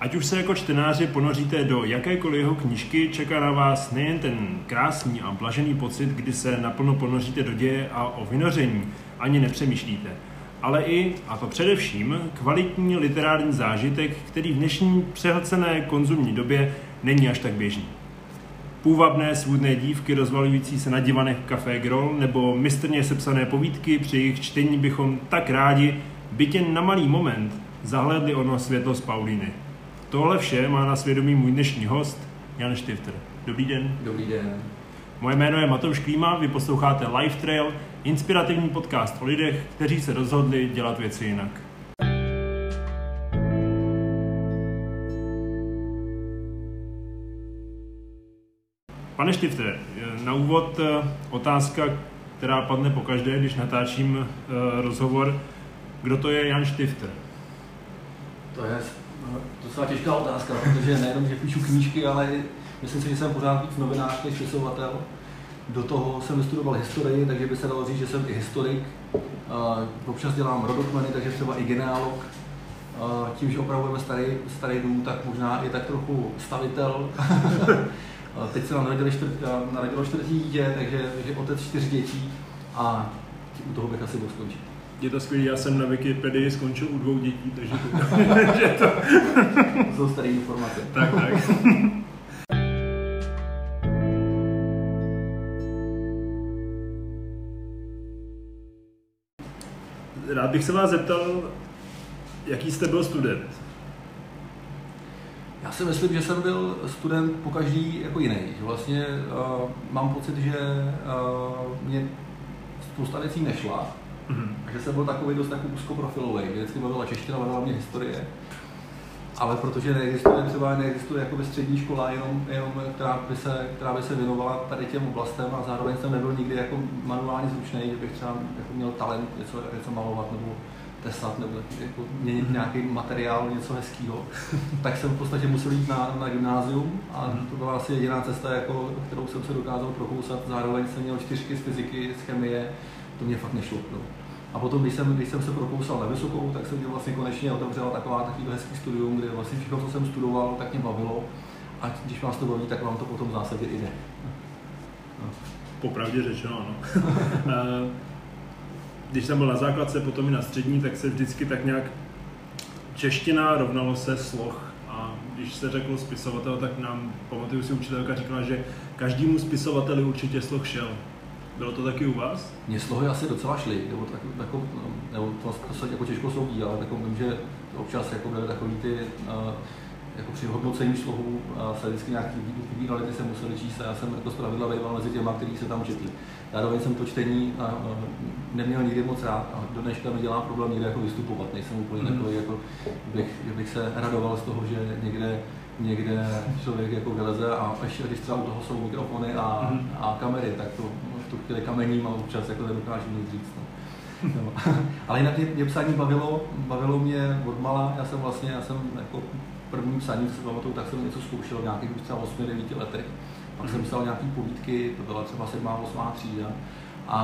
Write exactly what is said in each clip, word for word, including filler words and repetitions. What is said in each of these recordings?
Ať už se jako čtenáři ponoříte do jakékoliv jeho knížky, čeká na vás nejen ten krásný a blažený pocit, kdy se naplno ponoříte do děje a o vynoření ani nepřemýšlíte, ale i, a to především, kvalitní literární zážitek, který v dnešní přehlcené konzumní době není až tak běžný. Půvabné, svůdné dívky rozvalující se na divanech Café Groll nebo mistrně sepsané povídky, při jejich čtení bychom tak rádi, byť jen na malý moment, zahlédli ono světlo z Paulíny. Tohle vše má na svědomí můj dnešní host, Jan Štifter. Dobrý den. Dobrý den. Moje jméno je Matouš Klíma, vy posloucháte Life Trail, inspirativní podcast o lidech, kteří se rozhodli dělat věci jinak. Pane Štiftere, na úvod otázka, která padne pokaždé, když natáčím rozhovor. Kdo to je Jan Štifter? To je docela těžká otázka, protože nejenom, že píšu knížky, ale myslím si, že jsem pořád víc novinář než spisovatel. Do toho jsem vystudoval historii, takže by se dalo říct, že jsem i historik. Občas dělám rodokmeny, takže třeba i genealog. Tím, že opravujeme starý, starý dům, tak možná i tak trochu stavitel. Teď se nám narodilo, čtyř, narodilo čtvrtý dítě, takže, takže otec čtyř dětí a u toho bych asi byl skončit. Je to skvělé, já jsem na Wikipedii skončil u dvou dětí, takže to... že to... to jsou staré informace. Tak, tak. Rád bych se vás zeptal, jaký jste byl student? Já si myslím, že jsem byl student po každý jako jiný. Že vlastně uh, mám pocit, že uh, mě spousta věcí nešla. Mm-hmm. A že jsem byl takový dost takový úzkoprofilový. Vždycky bavila čeština, bavila mě historie. Ale protože neexistuje třeba neexistuje jakoby střední škola, jenom, jenom která, by se, která by se věnovala tady těm oblastem a zároveň jsem nebyl nikdy jako manuálně zručný, že bych třeba jako měl talent něco, něco malovat nebo tesat nebo jako měnit nějaký materiál, něco hezkého, tak jsem v podstatě musel jít na, na gymnázium a to byla asi jediná cesta, jako, kterou jsem se dokázal prokousat. Zároveň jsem měl čtyřky z fyziky, z chemie, to mě fakt nešlo. No. A potom, když jsem, když jsem se prokousal na vysokou, tak jsem mě vlastně konečně otevřela taková takový hezký studium, kde vlastně všechno, co jsem studoval, tak mě bavilo. A když vás to baví, tak vám to potom v zásadě jde. No. Popravdě řečeno, ano. Když jsem byl na základce, potom i na střední, tak se vždycky tak nějak čeština rovnalo se sloh. A když se řeklo spisovatel, tak nám, pamatuju si, učitelka říkala, že každému spisovateli určitě sloh šel. Bylo to taky u vás? Mně slohy asi docela šly, nebo, tak, jako, nebo to, to se jako těžko soudí, ale jako vím, že občas jako byly takový ty, uh, jako při hodnocení slohu uh, se vždycky nějaký vybírali, ty se museli číst a já jsem jako zpravidla vejval mezi těma, kteří se tam četli. Zároveň jsem to čtení uh, neměl nikdy moc rád a do dneška mi dělá problém někde jako vystupovat, nejsem úplně mm. takový, jako, bych, že bych se radoval z toho, že někde někde člověk jako vyleze a ještě když třeba u toho jsou mikrofony a, mm. a kamery, tak to v tu chvíli kamením a občas jako nedokážu nic říct. No. No. Ale jinak mě, mě psaní bavilo, bavilo mě odmala, já jsem vlastně, já jsem jako první psaní, co si pamatuju, tak jsem něco zkoušel v nějakých už třeba osmi devíti letech. Pak mm. jsem psal nějaký povídky, to byla třeba sedmá, osmá třída a,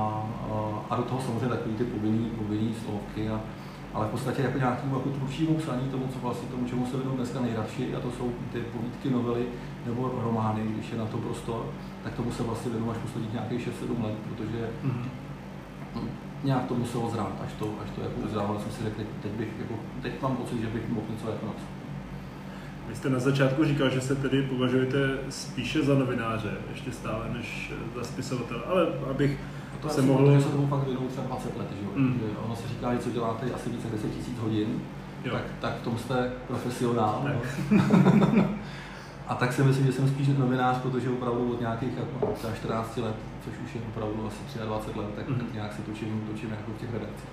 a do toho samozřejmě takový ty povinný, povinný slovky. A, ale v podstatě jako nějakému jako tvůrčímu psaní, tomu, co vlastně tomu, čemu se věnuju dneska nejradši, a to jsou ty povídky, novely nebo romány, když je na to prostor, tak tomu se vlastně věnuju až posledních nějakých šest sedm let, protože mm-hmm. no, nějak to muselo zrát, až to, až to jako uzrávalo, jsem si řekl, teď, bych, jako, teď mám pocit, že bych mohl něco jako napsat. Vy jste na začátku říkal, že se tedy považujete spíše za novináře, ještě stále, než za spisovatele, ale abych to se mohl... mohl... že se tomu fakt věnuju třeba dvacet let, že? Mm. Že ono se říká, že co děláte asi více než deset tisíc hodin, tak, tak v tom jste profesionál. No. A tak si myslím, že jsem spíš novinář, protože opravdu od nějakých jako třeba čtrnácti let, což už je opravdu asi dvacet tři let, tak, mm. tak nějak si točím, točím jako v těch redakcích.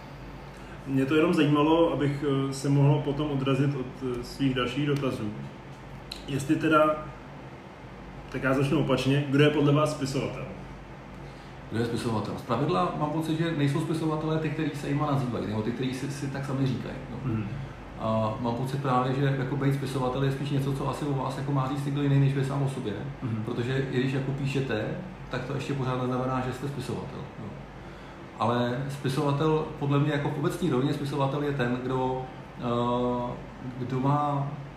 Mě to jenom zajímalo, abych se mohl potom odrazit od svých dalších dotazů. Jestli teda, tak já začnu opačně, kdo je podle vás spisovatel? Kdo je spisovatel? Zpravidla mám pocit, že nejsou spisovatelé ty, kteří se jima nazývají, nebo ty, kteří si, si tak sami říkají. No. Mm. A mám pocit právě, že jako být spisovatel je spíš něco, co asi o vás jako má říct někdo jiný, než vy sám o sobě. Mm. Protože i když jako píšete, tak to ještě pořád neznamená, že jste spisovatel. No. Ale spisovatel, podle mě jako v obecní rovině spisovatel je ten, kdo, kdo má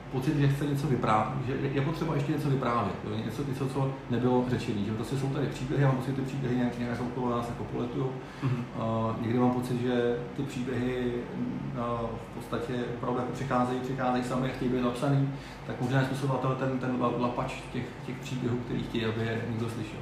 pocit, že chce něco vyprávět, že je potřeba ještě něco vyprávět, jo? Něco, něco, co nebylo řečené, že prostě jsou tady příběhy, já mám pocit, že ty příběhy nějak, nějak okolo nás jako poletujou. Mm-hmm. Uh, někdy mám pocit, že ty příběhy uh, v podstatě opravdu jako přicházejí, přicházejí sami a chtějí být napsaný, tak možná je způsobatel ten, ten lapač těch, těch příběhů, který chtějí, aby je někdo slyšel.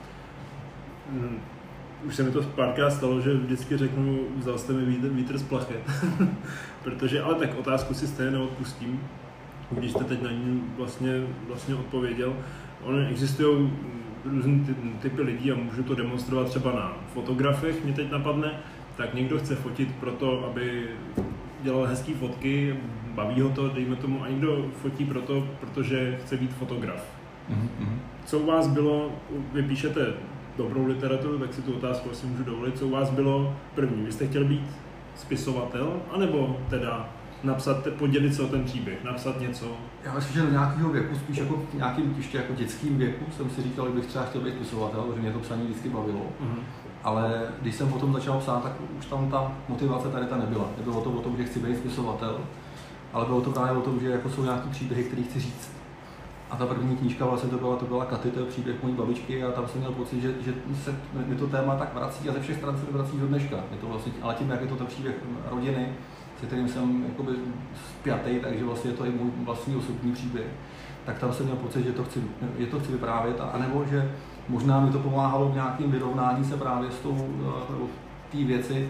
Mm. Už se mi to párkrát stalo, že vždycky řeknu, vzal jste mi vítr, vítr z plachet. Protože, ale tak otázku si stejně neodpustím, když jste teď na ní vlastně, vlastně odpověděl. Ony existují různé ty, typy lidí a můžu to demonstrovat třeba na fotografech, mě teď napadne, tak někdo chce fotit proto, aby dělal hezký fotky, baví ho to, dejme tomu, a někdo fotí proto, protože chce být fotograf. Mm-hmm. Co u vás bylo, vy píšete dobrou literaturu, tak si tu otázku asi můžu dovolit. Co u vás bylo první? Vy jste chtěl být spisovatel, anebo teda napsat, podělit se o ten příběh, napsat něco? Já myslím, že do nějakého věku, spíš jako v nějakým ještě jako dětským věku, jsem si říkal, že bych třeba chtěl být spisovatel, protože mě to psaní vždycky bavilo. Uh-huh. Ale když jsem potom začal psát, tak už tam ta motivace tady ta nebyla. Nebylo to o tom, že chci být spisovatel, ale bylo to právě o tom, že jako jsou nějaký příběhy, které chci říct. A ta první knížka vlastně to byla, to byla Katy, to je příběh mojí babičky a tam jsem měl pocit, že, že se mi to téma tak vrací a ze všech stran se to vrací do dneška. Je to vlastně, ale tím, jak je to ten příběh rodiny, se kterým jsem jakoby spjatý, takže vlastně je to i můj vlastní osobní příběh, tak tam jsem měl pocit, že to chci, je to chci vyprávět, a anebo že možná mi to pomáhalo v nějakým vyrovnání se právě s tou té věci,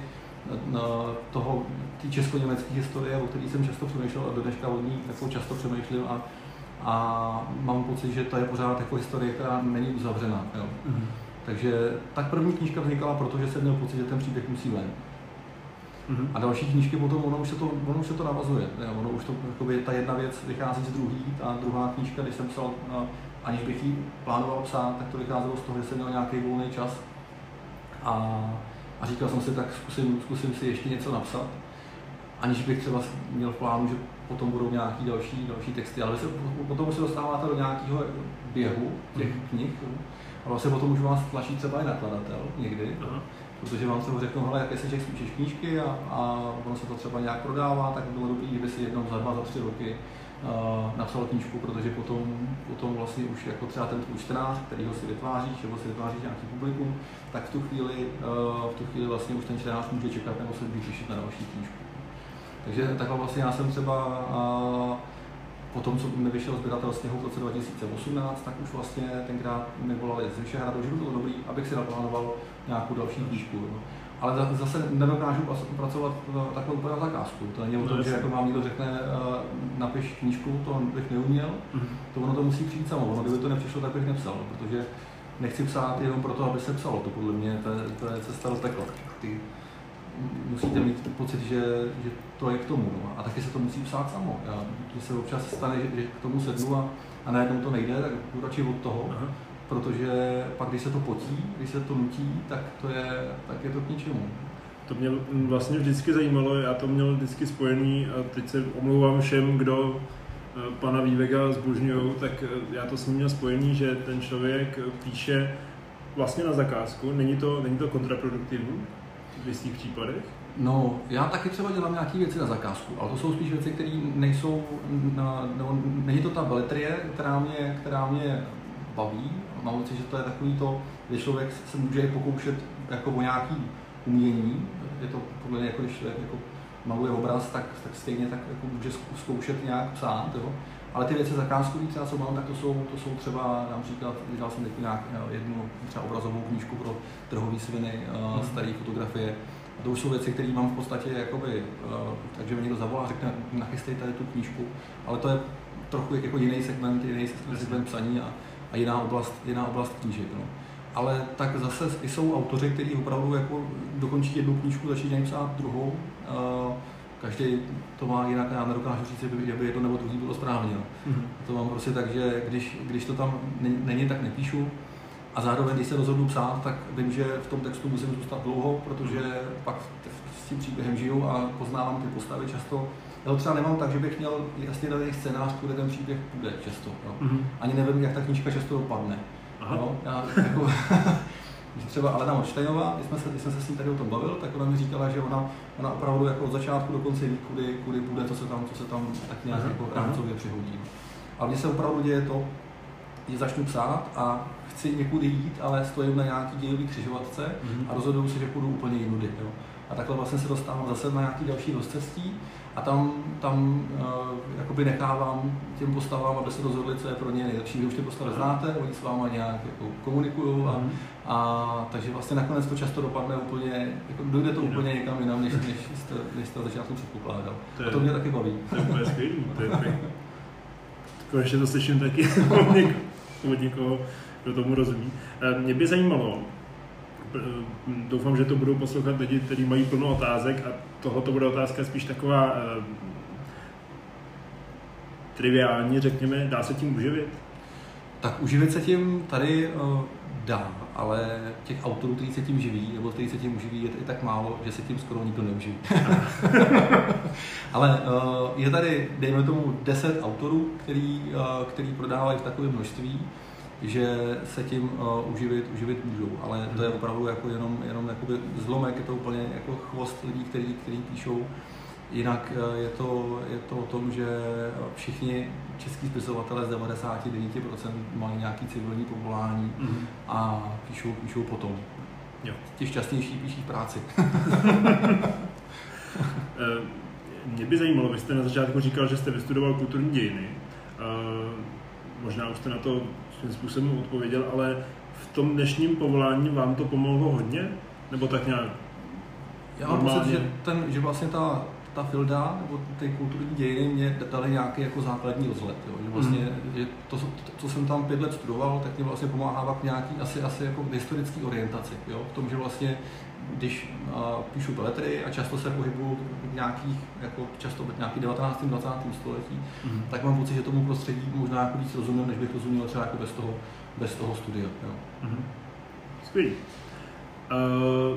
toho, té česko-německé historie, o které jsem často přemýšlel a do dneška od ní jako často přemýšlím a A mám pocit, že to je pořád jako historie, která není uzavřená. Jo. Mm-hmm. Takže tak první knížka vznikala, protože jsem měl pocit, že ten příběh musí ven. Mm-hmm. A další knížky potom, ono už se to, ono už se to navazuje. Jo. Ono už to, jakoby, ta jedna věc vychází z druhý, ta druhá knížka, když jsem psal, aniž bych ji plánoval psát, tak to vycházelo z toho, že jsem měl nějaký volný čas. A, a říkal jsem si, tak zkusím, zkusím si ještě něco napsat, aniž bych třeba měl v plánu, že potom budou nějaký další, další texty, ale se, potom se dostáváte do nějakého běhu těch mm. knih a vlastně potom už vás tlačí třeba i nakladatel někdy, uh-huh. protože vám třeba řeknou, hele, jaké se těch píšeš knížky a, a ono se to třeba nějak prodává, tak by bylo dobré, kdyby si jednou za dva, za tři roky uh, napsal knížku, protože potom, potom vlastně už jako třeba ten tvůj čtenář, kterýho si vytváříš, nebo si vytváříš nějaký publikum, tak v tu chvíli, uh, v tu chvíli vlastně už ten čtenář může čekat nebo se může těšit na další knížku. Takže takhle vlastně já jsem třeba a, po tom, co mi vyšel sběratel sněhu v roce dva tisíce osmnáct, tak už vlastně tenkrát mi volali z Vyšehradu, že by bylo dobrý, abych si naplánoval nějakou další knížku. No. Ale zase nedokážu pracovat takhle úplně na zakázku. To není o tom, že jako vám někdo řekne, napiš knížku, to bych neuměl, to ono to musí přijít samo. Ono, kdyby to nepřišlo, tak bych nepsal, protože nechci psát jenom proto, aby se psalo. To podle mě to je, to je cesta do pekla. Ty musíte mít pocit, že, že to je k tomu. No. A taky se to musí psát samo. Když se občas stane, že, že k tomu sednu a, a najednou to nejde, tak jdu radši od toho. Aha. Protože pak, když se to potí, když se to nutí, tak, to je, tak je to k ničemu. To mě vlastně vždycky zajímalo, já to měl vždycky spojený a teď se omlouvám všem, kdo pana Vývega zbožňujou, tak já to s ním měl spojený, že ten člověk píše vlastně na zakázku. Není to, není to kontraproduktivní v jistých případech? No, já taky třeba dělám nějaké věci na zakázku, ale to jsou spíš věci, které nejsou, na, no, není to ta beletrie, která mě, která mě baví. Mám pocit, že to je takový to, že člověk se může pokoušet jako o nějaký umění. Je to podle mě, jako když člověk jako maluje obraz, tak, tak stejně tak jako může zkoušet nějak psát. Jo? Ale ty věci zakázkový třeba, co mám, tak to jsou, to jsou třeba například, dělal jsem nějak jednu třeba obrazovou knížku pro trhový sviny, uh, staré fotografie. A to už jsou věci, které mám v podstatě jakoby, uh, takže mi někdo zavolá a řekne, nachystej tady tu knížku, ale to je trochu jako jiný segment, jiný segment psaní a, a jiná oblast, jiná oblast knížek. No. Ale tak zase jsou autoři, kteří opravdu jako dokončí jednu knížku, začínají psát druhou. Uh, Každý to má jinak, já nedokážu říct, že by jedno nebo druhý bylo správně. No. Mm-hmm. To mám prostě tak, že když, když to tam není, tak nepíšu. A zároveň, když se rozhodnu psát, tak vím, že v tom textu musím zůstat dlouho, protože pak s tím příběhem žiju a poznávám ty postavy často. Já to třeba nemám tak, že bych měl jasně daný scénář, kde ten příběh bude často. No. Mm-hmm. Ani nevím, jak ta knížka často dopadne. No, já, jako, Když třeba Alena Holštejnová, když jsme se, když jsme se s ní tady o tom bavil, tak ona mi říkala, že ona, ona opravdu jako od začátku do konce ví, kudy, kudy bude, co se tam, co se tam tak nějak jako rámcově přihodí. A mně se opravdu děje to, že začnu psát a chci někudy jít, ale stojím na nějaký dějový křižovatce mm-hmm. a rozhoduju se, že půjdu úplně jinudy. Jo. A takhle vlastně se dostávám zase na nějaký další rozcestí a tam, tam uh, jakoby nechávám těm postavám, aby se rozhodli, co je pro ně nejlepší. Vy už ty postavy znáte, oni s váma nějak jako komunikují a, mm-hmm. a takže vlastně nakonec to často dopadne úplně, jako dojde to úplně někam jinam, než, než jste, než jste na začátku předpokládal. To je, a to mě taky baví. To je úplně skvělý. Konečně to slyším taky od někoho, kdo tomu rozumí. Mě by zajímalo, doufám, že to budou poslouchat lidi, kteří mají plno otázek a tohoto bude otázka spíš taková eh, triviální, řekněme, dá se tím uživit? Tak uživit se tím tady uh, dá, ale těch autorů, kteří se tím živí, nebo kteří se tím uživí, je i tak málo, že se tím skoro nikdo neuživí. Ale uh, je tady, dejme tomu, deset autorů, který, uh, který prodávají v takovém množství, že se tím uh, uživit, uživit můžou, ale to je opravdu jako jenom, jenom zlomek, je to úplně jako chvost lidí, kteří, kteří píšou. Jinak uh, je, to, je to o tom, že všichni český spisovatelé z devadesát devět procent mají nějaký civilní povolání mm-hmm. a píšou, píšou potom. Jo. Ti šťastnější píší v práci. Mě by zajímalo, vy jste na začátku říkal, že jste vystudoval kulturní dějiny. Možná už jste na to svým způsobem odpověděl, ale v tom dnešním povolání vám to pomohlo hodně? Nebo tak nějak Já mám pocit, že, ten, že vlastně ta, ta filda nebo ty kulturní dějiny mě dali nějaký jako základní rozhled. Jo? Že vlastně, mm. že to, to, co jsem tam pět let studoval, tak mě vlastně pomáhá k nějaký asi, asi jako historické orientaci. Jo? V tom, že vlastně když uh, píšu beletry a často se pohybuju v nějakých, jako často v nějakých devatenáctém dvacátém století, mm. tak mám pocit, že tomu prostředí možná jako víc rozumím, než bych rozuměl třeba jako bez toho, bez toho studia. Jo. Mm. Skvělý. Uh,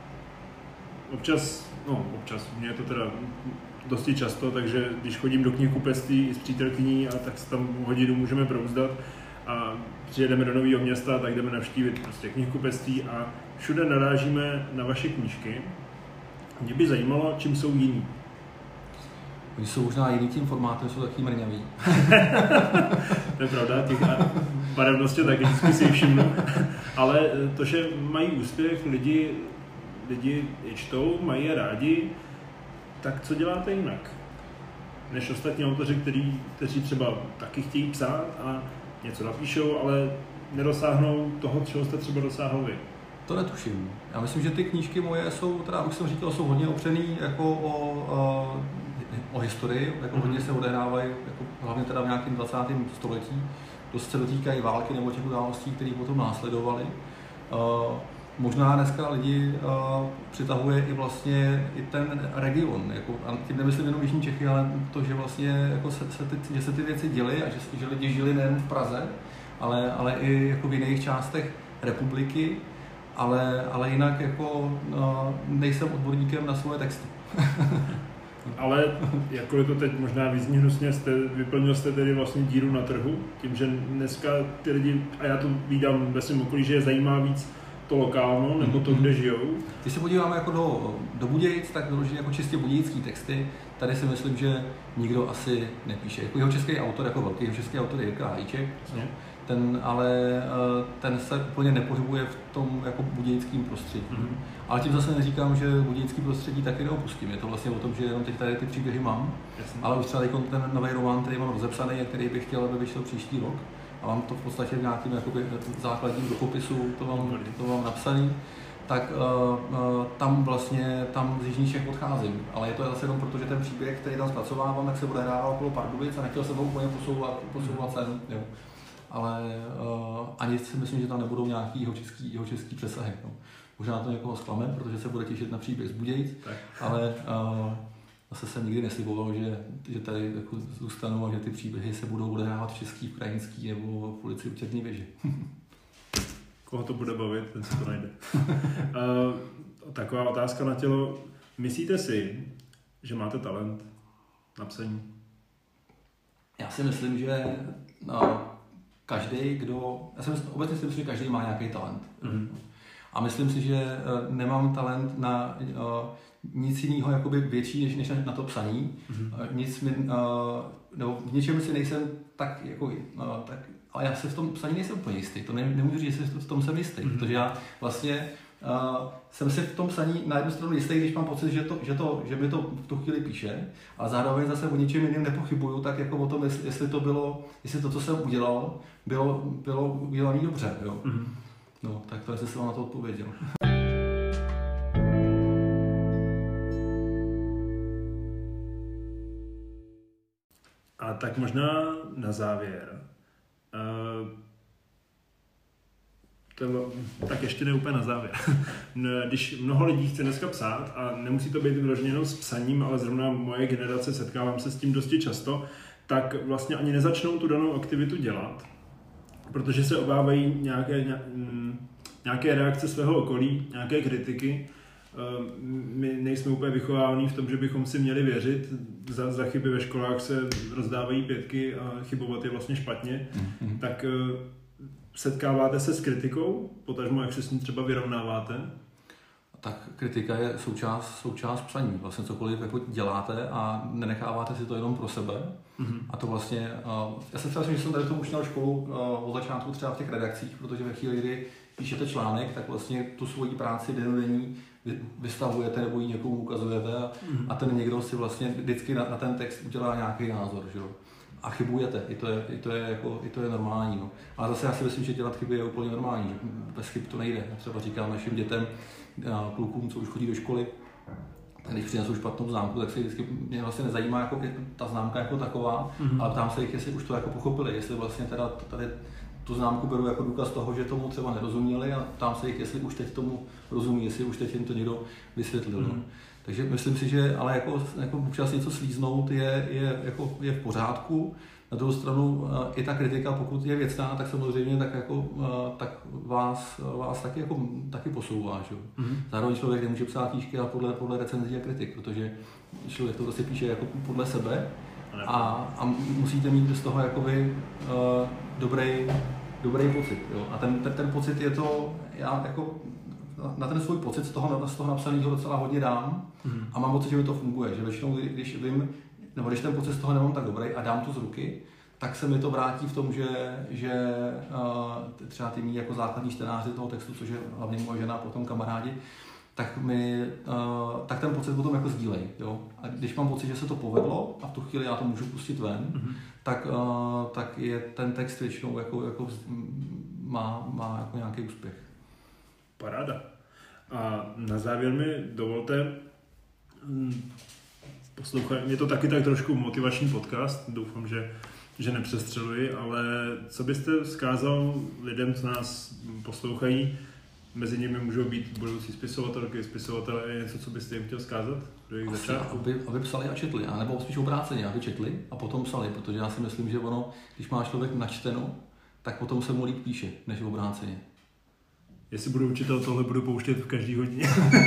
občas, no občas, mě je to teda dosti často, takže když chodím do knihkupectví s přítelkyní a tak se tam hodinu můžeme prouzdat a přijedeme do nového města, tak jdeme navštívit prostě knihkupectví a všude narážíme na vaše knížky. Mě by zajímalo, čím jsou jiný. Oni jsou možná jiný tím formátem, jsou taky mrňaví. To je pravda, těch barevnosti taky vždycky si všimnu. Ale to, že mají úspěch, lidi, lidi je čtou, mají je rádi, tak co děláte jinak? Než ostatní autoři, který, kteří třeba taky chtějí psát a něco napíšou, ale nedosáhnou toho, čeho jste třeba dosáhl vy. To netuším. Já myslím, že ty knížky moje jsou, teda už jsem říkal, jsou hodně opřený jako o, o, o historii, jako mm-hmm. hodně se odehrávají, jako hlavně teda v nějakém dvacátém století. Dost se dotýkají války nebo těch událostí, které potom následovaly. Uh, možná dneska lidi uh, přitahuje i vlastně i ten region. Jako, a tím nemyslím jenom Jižní Čechy, ale to, že vlastně jako se, se ty, že se ty věci děly a že, že lidi žili nejen v Praze, ale, ale i jako v jiných částech republiky. Ale, ale jinak jako no, nejsem odborníkem na svoje texty. Ale jakkoliv to teď možná vyzní hnusně, jste, vyplnil jste tedy vlastně díru na trhu, tím, že dneska ty lidi, a já to vídám ve svém okolí, že je zajímá víc to lokálno, nebo to, kde žijou. Když se podíváme jako do, do Budějic, tak vyloženě jako čistě budějický texty, tady si myslím, že nikdo asi nepíše. Jako jeho český autor, jako velký jeho český autor je Jirka Hajíček, ten, ale ten se úplně nepohybuje v tom jako budějickém prostředí. Mm-hmm. Ale tím zase neříkám, že budějický prostředí taky neopustím. Je to vlastně o tom, že jenom teď tady ty příběhy mám, Jasně. ale už třeba ten nový román, který mám rozepsaný a který bych chtěl, aby vyšel příští rok, a mám to v podstatě v nějakém jakoby, základním rukopisu, to mám, to mám napsaný, tak uh, uh, tam vlastně tam z Jižních Čech odcházím. Ale je to zase jenom proto, že ten příběh, který tam zpracovávám, tak se odehrával okolo Pardubic a nechtěl jsem ho úplně posouvat, posouvat cenu. Jo. Ale uh, ani si myslím, že tam nebudou nějaký jeho český, jeho český přesahy. No. Možná to někoho zklame, protože se bude těšit na příběh z Budějic, ale uh, zase jsem nikdy nesliboval, že, že tady jako zůstanou a že ty příběhy se budou odehrávat v český, v krajinský nebo v ulici u Černé věže. Koho to bude bavit, ten se to najde. uh, taková otázka na tělo. Myslíte si, že máte talent na psaní? Já si myslím, že no, každý, kdo... Já si myslím, obecně si myslím, že každý má nějaký talent. Mm-hmm. A myslím si, že nemám talent na nic jiného jakoby větší, než, než na to psaní. Mm-hmm. Nic mi, nebo v něčem si nejsem tak, jako, tak, ale já se v tom psaní nejsem úplně jistý. To ne, nemůžu říct, že v tom jsem jistý, mm-hmm. protože já vlastně Uh, jsem si v tom psaní na jednu stranu jistý, když mám pocit, že, to, že, to, že mi to v tu chvíli píše, ale zároveň zase o ničem jiným nepochybuju, tak jako o tom, jestli, jestli to bylo, jestli to, co jsem udělal, bylo, bylo udělané dobře, jo. Mm-hmm. No, tak to jsem vám na to odpověděl. A tak možná na závěr. Uh... To, tak ještě ne úplně na závěr. Když mnoho lidí chce dneska psát a nemusí to být vyloženě jenom s psaním, ale zrovna moje generace, setkávám se s tím dosti často, tak vlastně ani nezačnou tu danou aktivitu dělat, protože se obávají nějaké, nějaké reakce svého okolí, nějaké kritiky. My nejsme úplně vychovávaní v tom, že bychom si měli věřit. Za, za chyby ve školách se rozdávají pětky a chybovat je vlastně špatně. Mm-hmm. Tak setkáváte se s kritikou, potažmo jak se s ní třeba vyrovnáváte? Tak kritika je součást, součást psaní. Vlastně cokoliv jako děláte a nenecháváte si to jenom pro sebe. Mm-hmm. A to vlastně, uh, já se třeba myslím, že jsem tady tomu už měl školu uh, od začátku třeba v těch redakcích, protože ve chvíli, kdy píšete článek, tak vlastně tu svoji práci dennodenní vystavujete nebo ji někomu ukazujete a, mm-hmm. a ten někdo si vlastně vždycky na, na ten text udělá nějaký názor, že jo. A chybujete, i to je, i to je, jako, i to je normální. No. Ale zase já si myslím, že dělat chyby je úplně normální. Bez chyb to nejde. Já třeba říkám našim dětem, klukům, co už chodí do školy, tak když přinesou špatnou známku, tak se vždycky mě vlastně nezajímá jako, ta známka jako taková, mm-hmm. ale ptám se jich, jestli už to jako pochopili, jestli vlastně teda tady tu známku beru jako důkaz toho, že tomu třeba nerozuměli a ptám se jich, jestli už teď tomu rozumí, jestli už teď jim to někdo vysvětlil. Mm-hmm. No. Takže myslím si, že ale jako, jako občas něco slíznout je, je, jako, je v pořádku. Na druhou stranu i ta kritika, pokud je věcná, tak samozřejmě tak, jako, tak vás, vás taky, jako, taky posouvá. Že? Mm-hmm. Zároveň člověk nemůže psát knížky a podle, podle recenzí a kritik, protože člověk to prostě píše jako podle sebe a, a musíte mít z toho jakoby, uh, dobrý, dobrý pocit. Jo? A ten, ten, ten pocit je to, já jako na ten svůj pocit z toho, z toho napsaného docela hodně dám mm. a mám pocit, že mi to funguje, že většinou, když vím, nebo když ten pocit z toho nemám tak dobrý a dám to z ruky, tak se mi to vrátí v tom, že, že uh, třeba ty mý jako základní čtenáři toho textu, což je hlavně moje žena a potom kamarádi, tak, mi, uh, tak ten pocit potom jako sdílej. Jo? A když mám pocit, že se to povedlo a v tu chvíli já to můžu pustit ven, mm. tak, uh, tak je ten text většinou jako, jako má, má jako nějaký úspěch. Paráda. A na závěr mi dovolte, poslouchaj, je to taky tak trošku motivační podcast, doufám, že, že nepřestřeluji, ale co byste vzkázal lidem, co nás poslouchají, mezi nimi můžou být budoucí spisovatelky, spisovatelé, je něco, co byste jim chtěl vzkázat do jejich začátku? Aby, aby psali a četli, a nebo spíš obráceně, aby četli a potom psali, protože já si myslím, že ono, když má člověk načteno, tak potom se mu líp píše, než obráceně. Jestli budu učitel, tohle budu pouštět v každý hodině.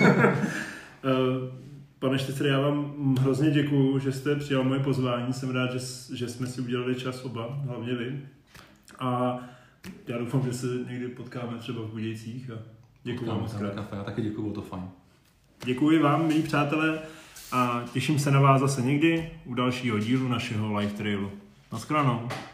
Pane Štycre, já vám hrozně děkuju, že jste přijal moje pozvání. Jsem rád, že, že jsme si udělali čas oba, hlavně vy. A já doufám, že se někdy potkáme třeba v Budějcích. A děkuju vám moc krát. Já taky děkuju, bylo to fajn. Děkuji vám, milí přátelé, a těším se na vás zase někdy u dalšího dílu našeho Life Trailu. Naschledanou.